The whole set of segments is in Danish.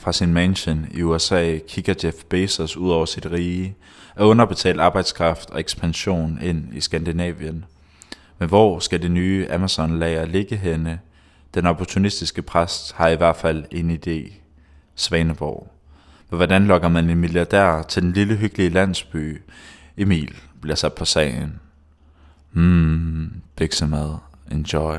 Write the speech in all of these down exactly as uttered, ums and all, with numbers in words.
fra sin mansion i U S A kigger Jeff Bezos ud over sit rige af underbetalt arbejdskraft og ekspansion ind i Skandinavien. Men hvor skal det nye Amazon-lager ligge henne? Den opportunistiske præst har i hvert fald en idé. Svaneborg. Men hvordan lokker man en milliardær til den lille hyggelige landsby? Emil bliver sat på sagen. Hmm, biksemad. Enjoy.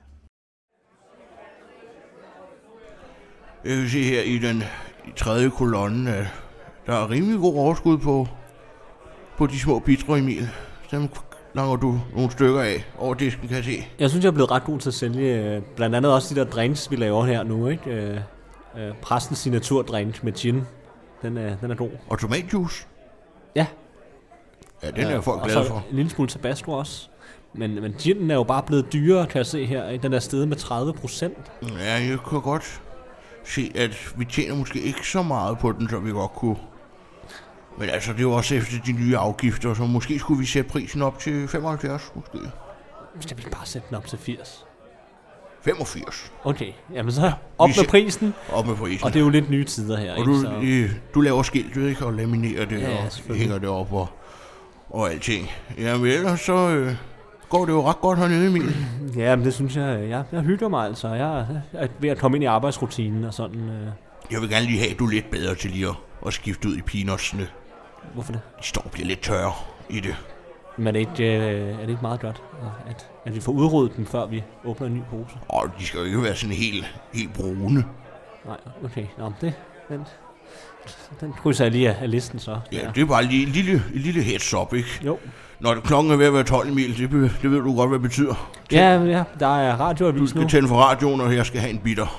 Jeg kan se her i den i tredje kolonne, at der er rimelig god overskud på, på de små bitre, Emil. Dem langer du nogle stykker af over disken, kan jeg se. Jeg synes, jeg er blevet ret god til at sælge blandt andet også de der drinks, vi laver her nu, ikke? Øh, øh, præstens signaturdrink med gin. Den er, den er god. Og tomatjuice? Ja. Ja, den er folk øh, glade og så for. en lille smule tabasco også. Men, men ginen er jo bare blevet dyrere, kan jeg se her. Ikke? Den er steget med tredive procent. Ja, jeg kan godt se, at vi tjener måske ikke så meget på den, som vi godt kunne. Men altså, det er jo også efter de nye afgifter, så måske skulle vi sætte prisen op til femoghalvfjerds, måske. Så vil bare sætte den op til firs. femogfirs. Okay, jamen så op med prisen. Op med prisen. Og det er jo lidt nye tider her, og ikke? du, Så... øh, du laver skilt, ikke? Og laminerer det, ja, og hænger det op og, og alting. Jamen ellers så øh, går det jo ret godt hernede, Emil. Ja, men det synes jeg, jeg, jeg hygger mig altså. Jeg er ved at komme ind i arbejdsrutinen og sådan. Øh. Jeg vil gerne lige have, at du er lidt bedre til lige at, at skifte ud i peanutsene. Hvorfor det? De står og bliver lidt tørre i det. Men er det ikke, øh, er det ikke meget godt, at, at vi får udryddet dem, før vi åbner en ny pose? Og de skal jo ikke være sådan helt, helt brune. Nej, okay. Nå, det, den, den krydser jeg lige af, af listen så. Ja, ja, det er bare lige en lille, en lille heads up, ikke? Jo. Når klokken er ved at være tolv, Emil, det, det ved du godt, hvad det betyder. Tænd, ja, ja, der er radioavis nu. Du skal nu tænde for radioen, og jeg skal have en bitter.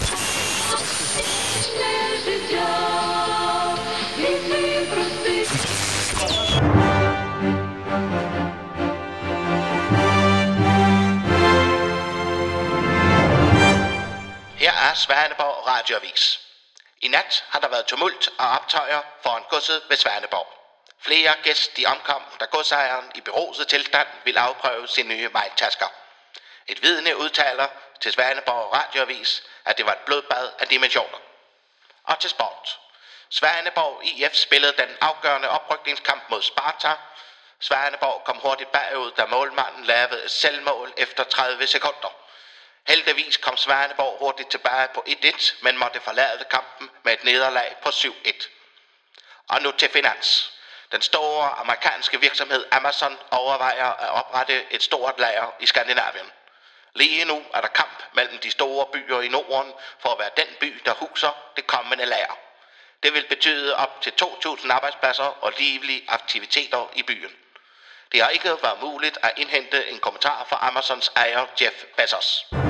Her er Svaneborg Radioavis. I nat har der været tumult og optøjer foran godset ved Svaneborg. Flere gæst de omkom, da godsejeren i beruset tilstand ville afprøve sine nye mejltasker. Et vidne udtaler til Svaneborg Radioavis, at det var et blodbad af dimensioner. Og til sport. Svaneborg I F spillede den afgørende oprykningskamp mod Sparta. Svaneborg kom hurtigt bagud, da målmanden lavede et selvmål efter tredive sekunder. Heldigvis kom Svaneborg hurtigt tilbage på et et, men måtte forlade kampen med et nederlag på syv et. Og nu til finans. Den store amerikanske virksomhed Amazon overvejer at oprette et stort lager i Skandinavien. Lige nu er der kamp mellem de store byer i Norden for at være den by, der huser det kommende lager. Det vil betyde op til to tusind arbejdspladser og livlige aktiviteter i byen. Det har ikke været muligt at indhente en kommentar fra Amazons ejer Jeff Bezos.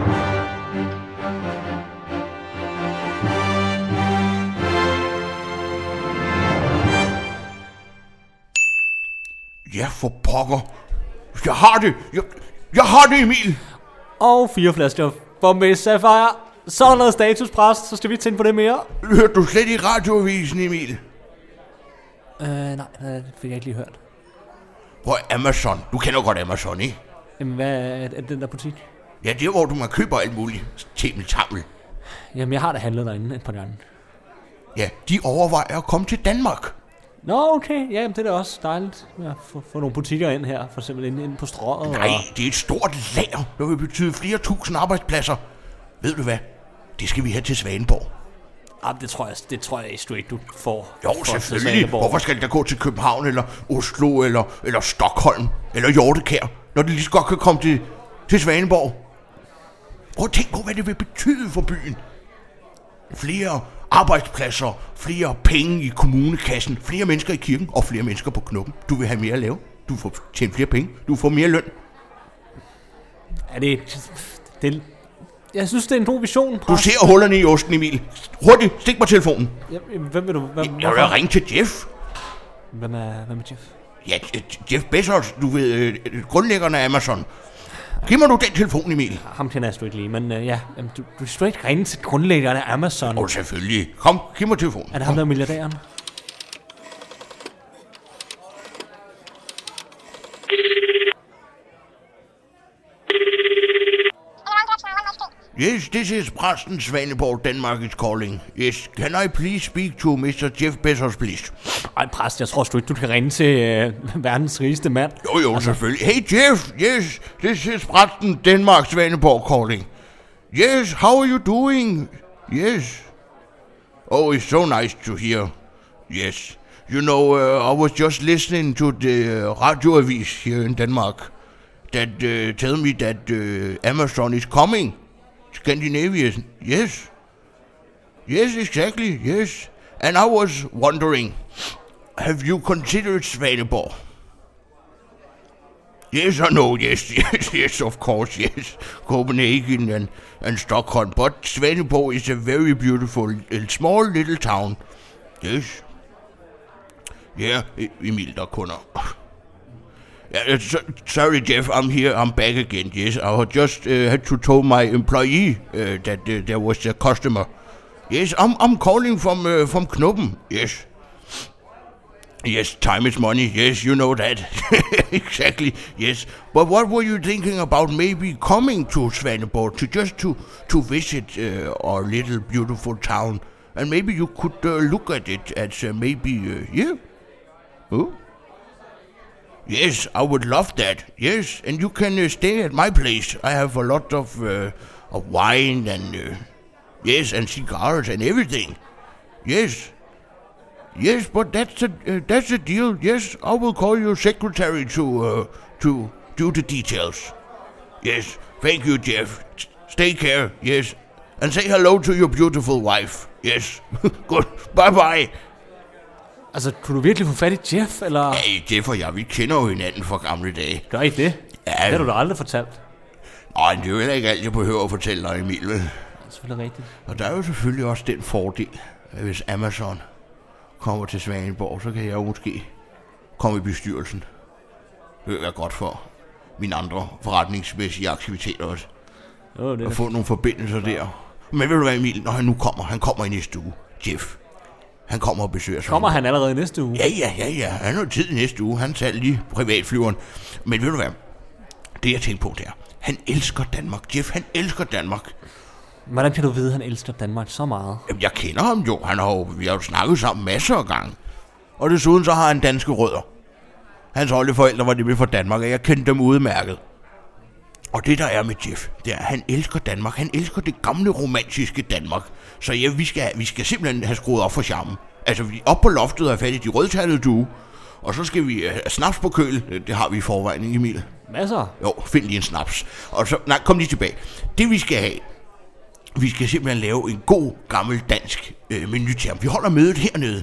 Ja, for pokker. Jeg har det. Jeg, jeg har det, Emil. Og fire flasker Bombay Sapphire. Så er der noget statuspres, så skal vi tænke på det mere. Hørte du slet i radioavisen, Emil? Øh, nej, det fik jeg ikke lige hørt. Hvor er Amazon? Du kender godt Amazon, ikke? Jamen, hvad er, er den der butik? Ja, det er, hvor du man køber alt muligt. Temmel-tammel. Jamen, jeg har da handlet derinde et par gange. Ja, de overvejer at komme til Danmark. Nå, okay. Ja, jamen, det er da også dejligt at få, få nogle butikker ind her. For eksempel inde, inde på Strøget. Nej, og... det er et stort lager, der vil betyde flere tusind arbejdspladser. Ved du hvad? Det skal vi have til Svaneborg. Jamen, det tror jeg, det tror jeg sgu ikke, du får. Jo, for selvfølgelig. Hvorfor skal det da gå til København, eller Oslo, eller, eller Stockholm, eller Hjortekær, når det lige så godt kan komme til, til Svaneborg? Prøv at tænke på, hvad det vil betyde for byen. Flere arbejdspladser, flere penge i kommunekassen, flere mennesker i kirken og flere mennesker på Knuppen. Du vil have mere at lave. Du får tjent flere penge. Du får mere løn. Er det... det jeg synes, det er en god vision. Du ser hullerne i osten, Emil. Hurtigt, stik mig telefonen. Jamen, hvem vil du... Hvem, jeg vil ringe til Jeff. Hvem er, hvem er Jeff? Ja, Jeff Bezos, du ved, grundlæggeren af Amazon. Giv mig nu den telefon, Emil. Ham kender jeg sgu ikke lige, men uh, ja, jamen, du, du skal ikke ringe til grundlæggeren af Amazon. Åh, oh, selvfølgelig. Kom, giv mig telefonen. Er det ham, der er milliardæren? Yes, this is Præsten Svaneborg, Denmark is calling. Yes, can I please speak to mister Jeff Bezos, please? Ej, præst, jeg tror sgu ikke, du kan ringe til øh, verdens rigeste mand. Jo, jo, altså. Selvfølgelig. Hey, Jeff, yes, this is Præsten Denmark Svaneborg calling. Yes, how are you doing? Yes. Oh, it's so nice to hear. Yes. You know, uh, I was just listening to the uh, radioavis here in Denmark that uh, tell me that uh, Amazon is coming. Scandinavia. Yes. Yes, exactly. Yes. And I was wondering, have you considered Svaneborg? Yes, I know. Yes, yes, yes, of course. Yes. Copenhagen and, and Stockholm. But Svaneborg is a very beautiful, a small little town. Yes. Yeah, Emil, der kunder. Yeah, so, sorry, Jeff, I'm here. I'm back again. Yes, I had just uh, had to tell my employee uh, that uh, there was a customer. Yes, I'm I'm calling from uh, from Knuppen. Yes. Yes, time is money. Yes, you know that. Exactly. Yes. But what were you thinking about maybe coming to Svaneborg to just to to visit uh, our little beautiful town, and maybe you could uh, look at it as uh, maybe uh, yeah. Oh. Yes, I would love that. Yes, and you can uh, stay at my place. I have a lot of uh, of wine and uh, yes, and cigars and everything. Yes, yes, but that's the uh, that's the deal. Yes, I will call your secretary to uh, to do the details. Yes, thank you, Jeff. Stay care. Yes, and say hello to your beautiful wife. Yes, good. Bye bye. Altså, kunne du virkelig få fat i Jeff, eller? Hey, Jeff og jeg, vi kender jo hinanden fra gamle dage. Gør I det? Ja. Det har du da aldrig fortalt. Nej, det er jo heller ikke alt, jeg behøver at fortælle dig, Emil. Det er selvfølgelig rigtigt. Og der er jo selvfølgelig også den fordel, at hvis Amazon kommer til Svaneborg, så kan jeg jo måske komme i bestyrelsen. Det vil være godt for mine andre forretningsmæssige aktiviteter også. Jo, det er at få nogle forbindelser der. Men ved du hvad, Emil, når han nu kommer, han kommer i næste uge, Jeff. Han kommer og besøger sig. Kommer han allerede næste uge? Ja, ja, ja, ja. Han har tid i næste uge. Han tager lige privatflyveren. Men ved du hvad? Det jeg tænker på, det er, han elsker Danmark. Jeff, han elsker Danmark. Hvordan kan du vide, at han elsker Danmark så meget? Jamen, jeg kender ham jo. Han har jo, vi har jo snakket sammen masser af gange. Og desuden så har han danske rødder. Hans oldeforældre var nemlig fra Danmark, og jeg kendte dem udmærket. Og det der er med Jeff, det er, at han elsker Danmark. Han elsker det gamle romantiske Danmark. Så ja, vi skal, vi skal simpelthen have skruet op for charmen. Altså, vi op på loftet og have fat i de rødtallede due. Og så skal vi have snaps på køl. Det har vi i forvejen, ikke, Emil? Masser? Jo, find lige en snaps. Og så, nej, kom lige tilbage. Det vi skal have, vi skal simpelthen lave en god, gammel dansk øh, menu til ham. Vi holder mødet hernede.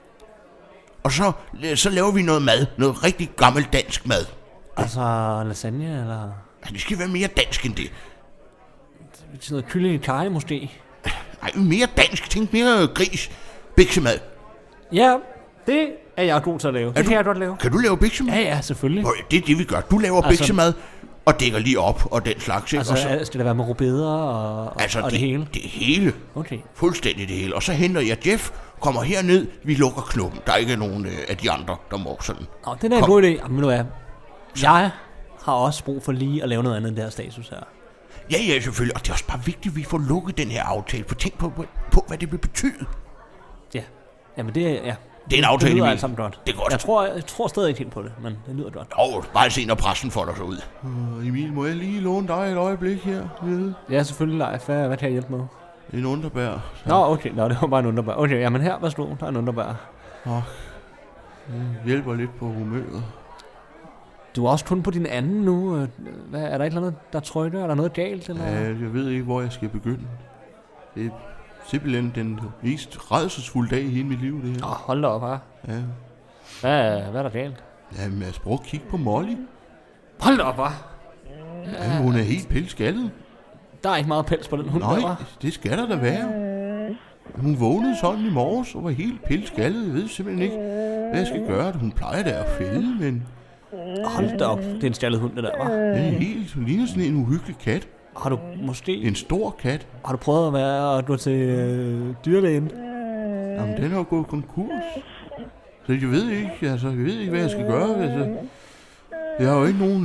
Og så, så laver vi noget mad. Noget rigtig gammel dansk mad. Altså lasagne, eller? Ja, det skal være mere dansk end det. Sådan noget kylling i kaj, måske? Nej, mere dansk. Tænk mere gris. Biksemad. Ja, det er jeg god til at lave. Det du, kan jeg godt lave. Kan du lave biksemad? Ja, ja, selvfølgelig. Nå, det er det, vi gør. Du laver altså, biksemad og dækker lige op og den slags. Altså, og så, skal der være med rødbeder og, altså, og det, det hele? det hele. Okay. Fuldstændig det hele. Og så henter jeg Jeff, kommer herned, vi lukker Knuppen. Der er ikke nogen øh, af de andre, der må sådan. Nå, det er en god idé. Jamen, ved du hvad? Jeg har også brug for lige at lave noget andet end det her status her. Ja, ja, selvfølgelig. Og det er også bare vigtigt, at vi får lukket den her aftale. For tænk på, på, på hvad det vil betyde. Ja, jamen det er... Ja. Det er en aftale, det lyder Emil. alt sammen godt. Det er godt. Jeg tror, jeg tror stadig ikke helt på det, men det lyder godt. Jo, bare se, når pressen får dig så ud. Uh, Emil, må jeg lige låne dig et øjeblik her? Ved? Ja, selvfølgelig, Leif. Hvad, hvad kan jeg hjælpe med? En underbær. Så. Nå, okay. Nå, det var bare en underbær. Okay, jamen her, værsgo. Der er en underbær. Åh, det hjælper lidt på humøret. Du er også kun på din anden nu. Hvad, er der ikke noget, der trykker? Er der noget galt? Eller? Ja, jeg ved ikke, hvor jeg skal begynde. Det er simpelthen den mest rædselsfulde dag i hele mit liv, det her. Åh, hold da op, her. Ja. Hvad, hvad er der galt? Jamen, jeg prøver at kigge på Molly. Hold da op, her. Ja, hun er helt pelskaldet. Der er ikke meget pels på den hund, Nej, der, var. det skal der da være. Hun vågnede sådan i morges og var helt pelskaldet. Jeg ved simpelthen ikke, hvad jeg skal gøre. Hun plejer da at fælde, men... Hold da op, det er en stjålet hund, det der, var. Den er helt, hun ligner sådan en uhyggelig kat. Har du måske... En stor kat. Har du prøvet at være at gå til øh, dyrlægen? Jamen, den er jo gået konkurs. Så jeg ved ikke, altså, jeg ved ikke, hvad jeg skal gøre. Altså, jeg har jo ikke nogen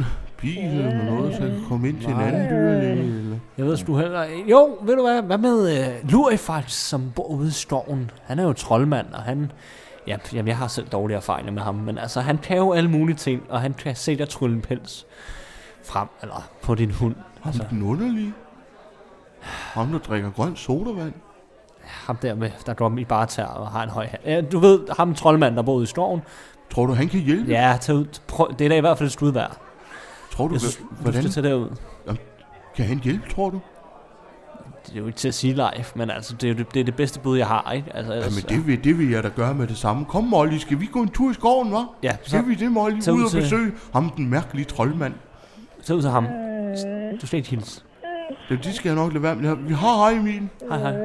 bil eller noget, så jeg kan komme ind til en anden dyrlæge? Eller? Jeg ved du heller ikke. Jo, ved du hvad? Hvad med uh, Lurifax, som bor ude i skoven? Han er jo troldmand, og han... Ja, jamen, jeg har selv dårlige erfaringer med ham, men altså, han kan jo alle mulige ting, og han kan se dig trylle en pels frem, eller på din hund. Ham Altså, den underlige? Ham, der drikker grønt sodavand? ham der med, der går i bare tær og har en høj hat. Ja, du ved, ham troldmand, der bor ude i skoven. Tror du, han kan hjælpe? Ja, tag ud. Prøv, det er da i hvert fald et skud værd. Tror du, Jeg synes, hvordan du skal tage derud. kan han hjælpe, tror du? Det er jo ikke til at sige live, men altså, det er jo det, det, er det bedste bud, jeg har, ikke? Altså, Ja, ellers, men det vil, det vil jeg da gøre med det samme. Kom, Molly, skal vi gå en tur i skoven, hva'? Ja, så- Skal vi det, Molly? så ud Ud og til- besøge ham, den mærkelige troldmand. Så ud til ham. Du skal ikke hilse. Det, det skal jeg nok lade være med. Vi har hej, Emil. Hej, hej.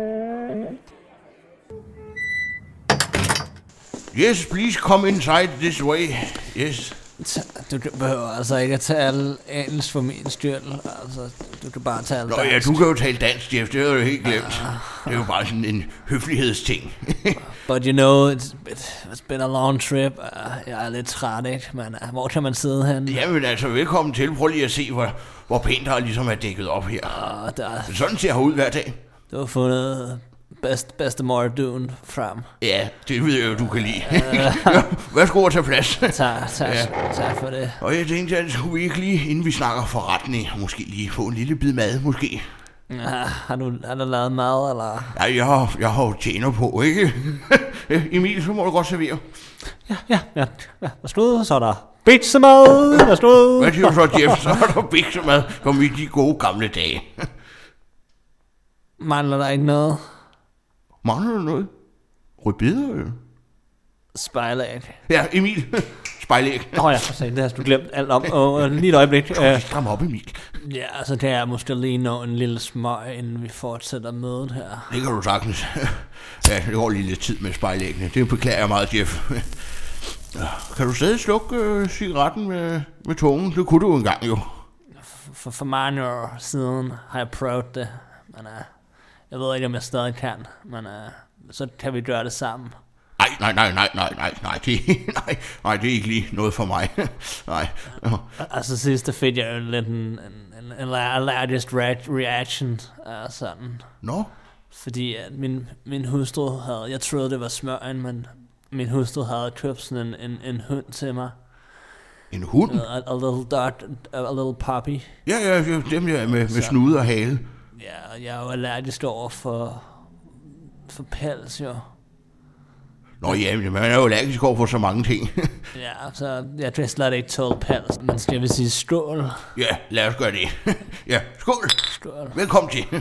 Yes, please come inside this way. Yes. Du behøver altså ikke at tale engelsk for min styrtel. Altså, du kan bare tale Nå ja, du kan jo tale dansk, Jeff. Det har jeg jo helt glemt. Det er jo bare sådan en høflighedsting. But you know, it's, it, it's been a long trip. Uh, jeg er lidt træt, ikke? Men uh, hvor kan man sidde hen? Jamen altså, velkommen til. Prøv lige at se, hvor, hvor pænt der ligesom er dækket op her. Og der, Sådan ser jeg ud hver dag. du har fundet best, bedstemor-duen frem. Ja, det ved jeg jo, du kan lide. Værsgo at tage plads. Tak, tak, Ja. tak for det. Og jeg tænkte, at skulle vi ikke lige, inden vi snakker forretning, måske lige få en lille bid mad, måske. Uh, har, du, har du lavet mad, eller? Ja, jeg har, jeg har jo tjener på, ikke? Emil, så må du godt servere. Ja, ja, ja. Værsgo, så er der bitsemad. Værsgo. Hvad siger du så, Jeff? Så er der biksemad, som i de gode gamle dage. Mangler der ikke noget? Mangler der noget? Rødbeder? Spejlæg. Ja, Emil. Spejlæg. Nå ja, for sagen, det har du glemt alt om. Og lige et øjeblik. Uh, Stram op, Emil. ja, altså det er måske lige nå en lille smøg, inden vi fortsætter mødet her. Det kan du sagtens. Ja, det går lige lidt tid med spejlæggene. Det beklager jeg meget, Jeff. Kan du stadig slukke øh, cigaretten med, med tungen? Det kunne du jo engang jo. For, for mange år siden har jeg prøvet det, men uh, jeg ved ikke, om jeg stadig kan, men uh, så kan vi gøre det sammen. Nej, nej, nej, nej, nej, nej, nej, det, nej, nej, det er ikke lige noget for mig. Nej. Altså sidst der fik jeg jo lidt en, en, en, en allergisk reaction, uh, sådan. Nå? Fordi at min, min hustru havde, jeg troede det var smøren, men min hustru havde købt sådan en, en, en hund til mig. En hund? A, a little dog, a, a little puppy. Ja, ja, ja, dem der med, med snude og hale. Ja, og jeg er jo allergisk over for, for pels, jo. Nå ja, men man er jo allergisk over for så mange ting. Ja, så jeg kan slet ikke tåle pels. Men skal vi sige skål? Ja, lad os gøre det. Ja, skål. Skål. Velkommen til.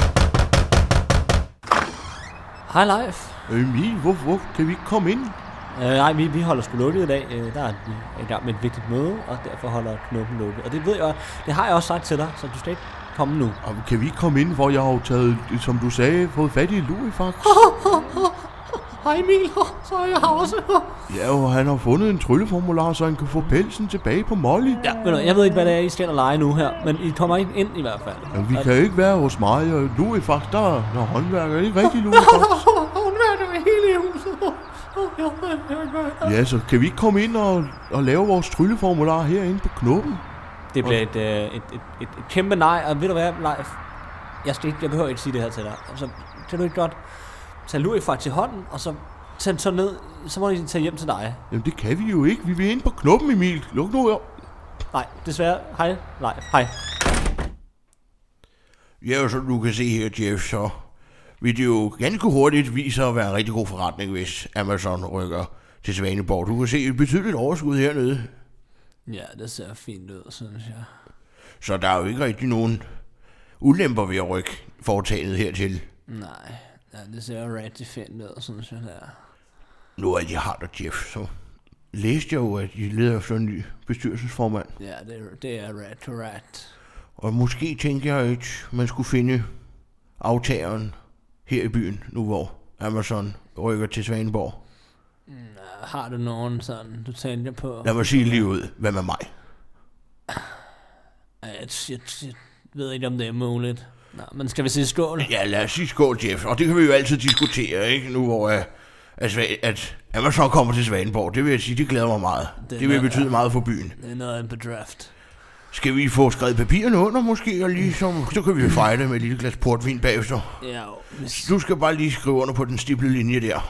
Hej Leif. Emil, hvor, hvor kan vi ikke komme ind? Uh, nej, vi, vi holder sgu lukket i dag. Uh, der er vi i gang med et vigtigt møde, og derfor holder knuppen lukket. Og det ved jeg, det har jeg også sagt til dig, så du skal ikke komme nu. Og kan vi ikke komme ind, hvor jeg har jo taget, som du sagde, fået fat i Lurifax? Hej Emil, så er jeg her også. Ja, og han har fundet en trylleformular, så han kan få pelsen tilbage på Molly. Ja, ved du, jeg ved ikke, hvad det er, I skal og lege nu her, men I kommer ikke ind i hvert fald. Men vi kan ikke være hos mig, og Lurifax, der er der er håndværker, ikke rigtig Lurifax? Hun er jo hele i huset. Ja, så kan vi ikke komme ind og, og lave vores trylleformular herinde på knoppen? Det bliver et, øh, et, et, et, et kæmpe nej, og ved du hvad, Leif? Jeg, skal ikke, jeg behøver ikke sige det her til dig. Altså, kan du ikke godt tage Lurifax i hånden, og så tage den så ned, så må I tage hjem til dig. Jamen det kan vi jo ikke, vi vil ind på knoppen, Emil. Luk nu op. Nej, desværre. Hej, Leif. Hej. Ja, og som du kan se her, Jeff, så vil det jo ganske hurtigt vise sig at være en rigtig god forretning, hvis Amazon rykker til Svaneborg. Du kan se et betydeligt overskud hernede. Ja, det ser fint ud, synes jeg. Så der er jo ikke rigtig nogen ulemper ved at rykke foretagendet hertil. Nej, ja, det ser rigtig fint ud, synes jeg, der. Nu er de har der, Jeff, så læste jeg jo, at de leder efter en ny bestyrelsesformand. Ja, det er, det er ret correct. Og måske tænker jeg, at man skulle finde aftageren her i byen, nu hvor Amazon rykker til Svaneborg. Har du nogen sådan, du tænker på? Lad mig sige lige ud, hvad med mig? Jeg, jeg, jeg ved ikke, om det er muligt. Nå, men skal vi sige skål? Ja, lad os sige skål, Jeff, og det kan vi jo altid diskutere, ikke? Nu hvor uh, at, at Amazon kommer til Svaneborg, det vil jeg sige, det glæder mig meget. Det, det vil noget, betyde meget for byen. Det er noget af en bedrift. Skal vi få skrevet papirerne under måske, og ligesom, så kan vi fejre det med et lille glas portvin bagefter. Ja, hvis... Du skal bare lige skrive under på den stiplede linje der.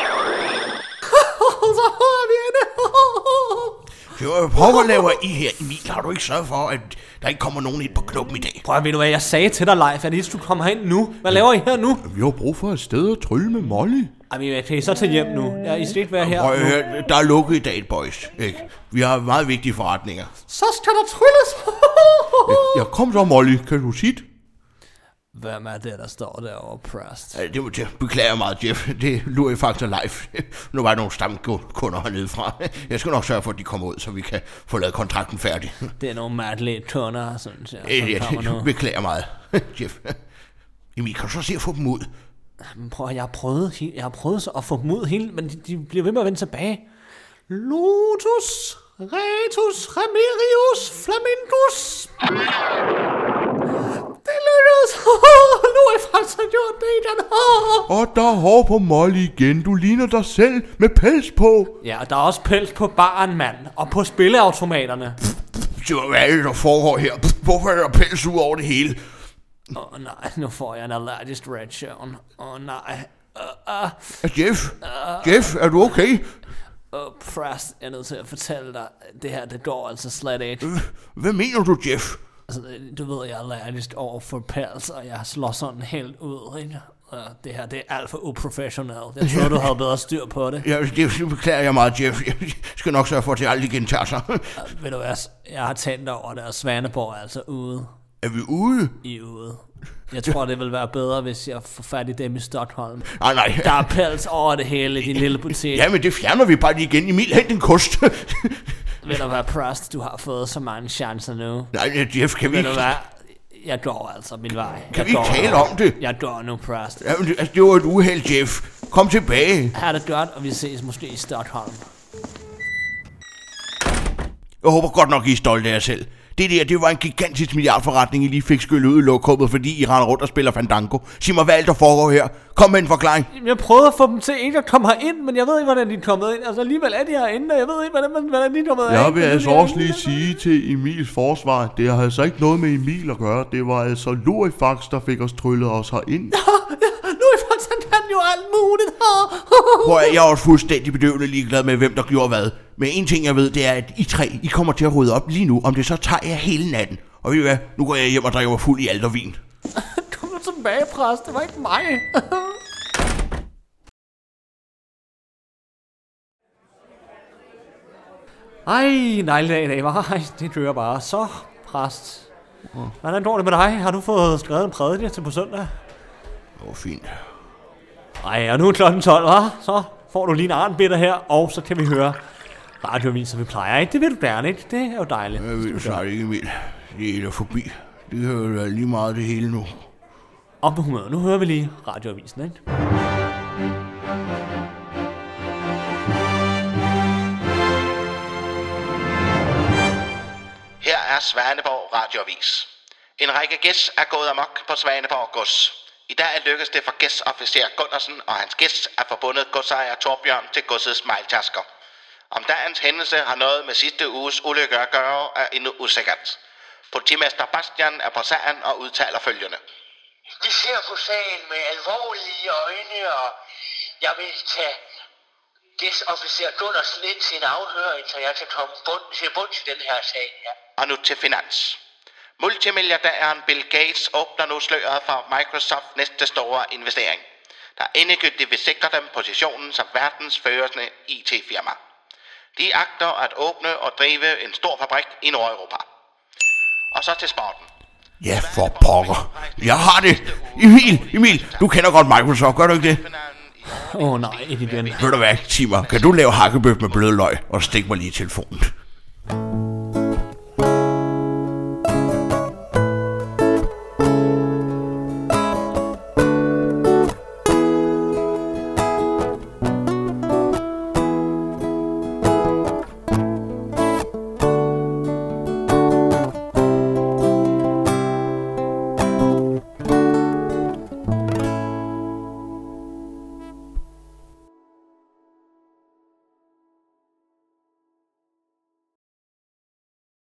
Så har vi hende. Jo, prøv, hvad laver I her, Emil? Har du ikke sørget for, at der ikke kommer nogen ind på klubben i dag? Prøv at ved du hvad, jeg sagde til dig live, at hvis du kommer herind nu. Hvad laver I her nu? Vi har brug for et sted at trylle med Molly. Ej, men kan I så tage hjem nu? Ja, I skal ikke være her Prøv, nu. her, der er lukket i dag, boys. Ikke? Vi har meget vigtige forretninger. Så skal der trylles. Ja, kom så, Molly. Kan du sige det? Hvem er det, der står derovre, Præst? Ja, det må jeg beklager meget, Jeff. Det er Lurifactor Live. Nu var der nogle stamkunder hernede fra. Jeg skal nok sørge for, at de kommer ud, så vi kan få lavet kontrakten færdig. Det er nogle mærkelige kunder, sådan jeg. Ja, ja, det beklager meget, Jeff. Emil, kan du så se at få dem ud? Men prøv, jeg har prøvet, jeg har prøvet så at få dem ud hele, men de, de bliver ved med at vende tilbage. Lotus, Retus, Remirius, Flamingus. Det lykkedes. Nu er jeg faktisk gjort det igen. Og der er hår på Molly igen. Du ligner dig selv med pels på. Ja, og der er også pels på baren, mand. Og på spilleautomaterne. Hvad er det, der foregår her? Hvorfor er der pels ud over det hele? Åh oh, nej, nu får jeg en allergisk reaktion. Åh oh, nej. Uh, uh, Jeff? Uh, Jeff, er du okay? Uh, Præst, jeg er nødt til at fortælle dig, det her, det går altså slet ikke. Uh, hvad mener du, Jeff? Altså, du ved, jeg er allergisk over for pels, og jeg slår sådan helt ud, ikke? Uh, det her, det er alt for uprofessionelt. Jeg tror, du havde bedre styr på det. Ja, det beklager jeg meget, Jeff. Jeg skal nok sørge for, at det aldrig gentager sig. uh, ved du hvad, jeg har tænkt over det, og Svaneborg er altså ude. Er vi ude? I er ude. Jeg tror, det vil være bedre, hvis jeg får fat i dem i Stockholm. Nej, nej. Der er pels over det hele i din lille butik. Ja, men det fjerner vi bare lige igen. Emil, hent en kost. Ved du hvad, Præst, du har fået så mange chancer nu. Nej, Jeff, kan vi Ved ikke... du hvad, jeg går altså min vej. Kan jeg vi ikke går tale nu. om det? Jeg går nu, Præst. Ja, men det, altså, det var et uheld, Jeff. Kom tilbage. Ha' det godt, og vi ses måske i Stockholm. Jeg håber godt nok, I er stolte af jer selv. Det der, det var en gigantisk milliardforretning, I lige fik skyllet ud i lokummet, fordi I render rundt og spiller Fandango. Sig mig, hvad alt der foregår her. Kom med en forklaring. Jeg prøvede at få dem til ikke at komme herind, men jeg ved ikke, hvordan de er kommet ind. Altså alligevel er de herinde, og jeg ved ikke, hvordan, hvordan de er kommet ind. Jeg vil altså også lige sige til Emils forsvar, det har altså ikke noget med Emil at gøre. Det var altså Lurifax, der fik os tryllet os herind. Lurifax, han kan jo alt muligt. Hvor jeg er også fuldstændig bedøvende ligeglad med, hvem der gjorde hvad. Men en ting, jeg ved, det er, at I tre, I kommer til at rydde op lige nu, om det så tager jeg hele natten. Og ved I hvad, nu går jeg hjem og drikker mig fuld i aldervin. Kom nu tilbage, Præst, det var ikke mig. Ej, nej, dag i dag, var. Ej, det kører bare. Så, Præst. Hvordan går det med dig? Har du fået skrevet en prædiken til på søndag? Det var fint. Ej, og nu er klokken tolv, hva'? Så får du lige en arnbitter her, og så kan vi høre radioavis, som vi plejer, ikke? Det vil du gerne, ikke? Det er jo dejligt. Jeg ved snart ikke, Emil. Det er der forbi. Det kan jo være lige meget det hele nu. Op på humøret. Nu hører vi lige radioavisen, ikke? Her er Svaneborg Radioavis. En række gæs er gået amok på Svaneborg Gods. I dag lykkedes det for gæstofficer Gunnarsen og hans gæst at forbundet godsejer Torbjørn til godsets mejltasker. Om dagens hændelse har noget med sidste uges ulykke at gøre, er endnu usikkert. Politimester Bastian er på sagen og udtaler følgende. Vi ser på sagen med alvorlige øjne, og jeg vil tage gæstofficer Gunnarsen ind til en afhøring, så jeg kan komme bund, til bund til den her sag her. Og nu til finans. Multimilliardæren Bill Gates åbner nu sløret for Microsofts næste store investering, der endegyldigt vil sikre dem positionen som verdens førende I T-firma. De agter at åbne og drive en stor fabrik i Nordeuropa. Og så til sporten. Ja, for pokker. Jeg har det. Emil, Emil, du kender godt Microsoft, gør du ikke det? Åh oh, nej, ikke igen. Ved du hvad, Timer, kan du lave hakkebøf med blød løg og stik mig lige i telefonen?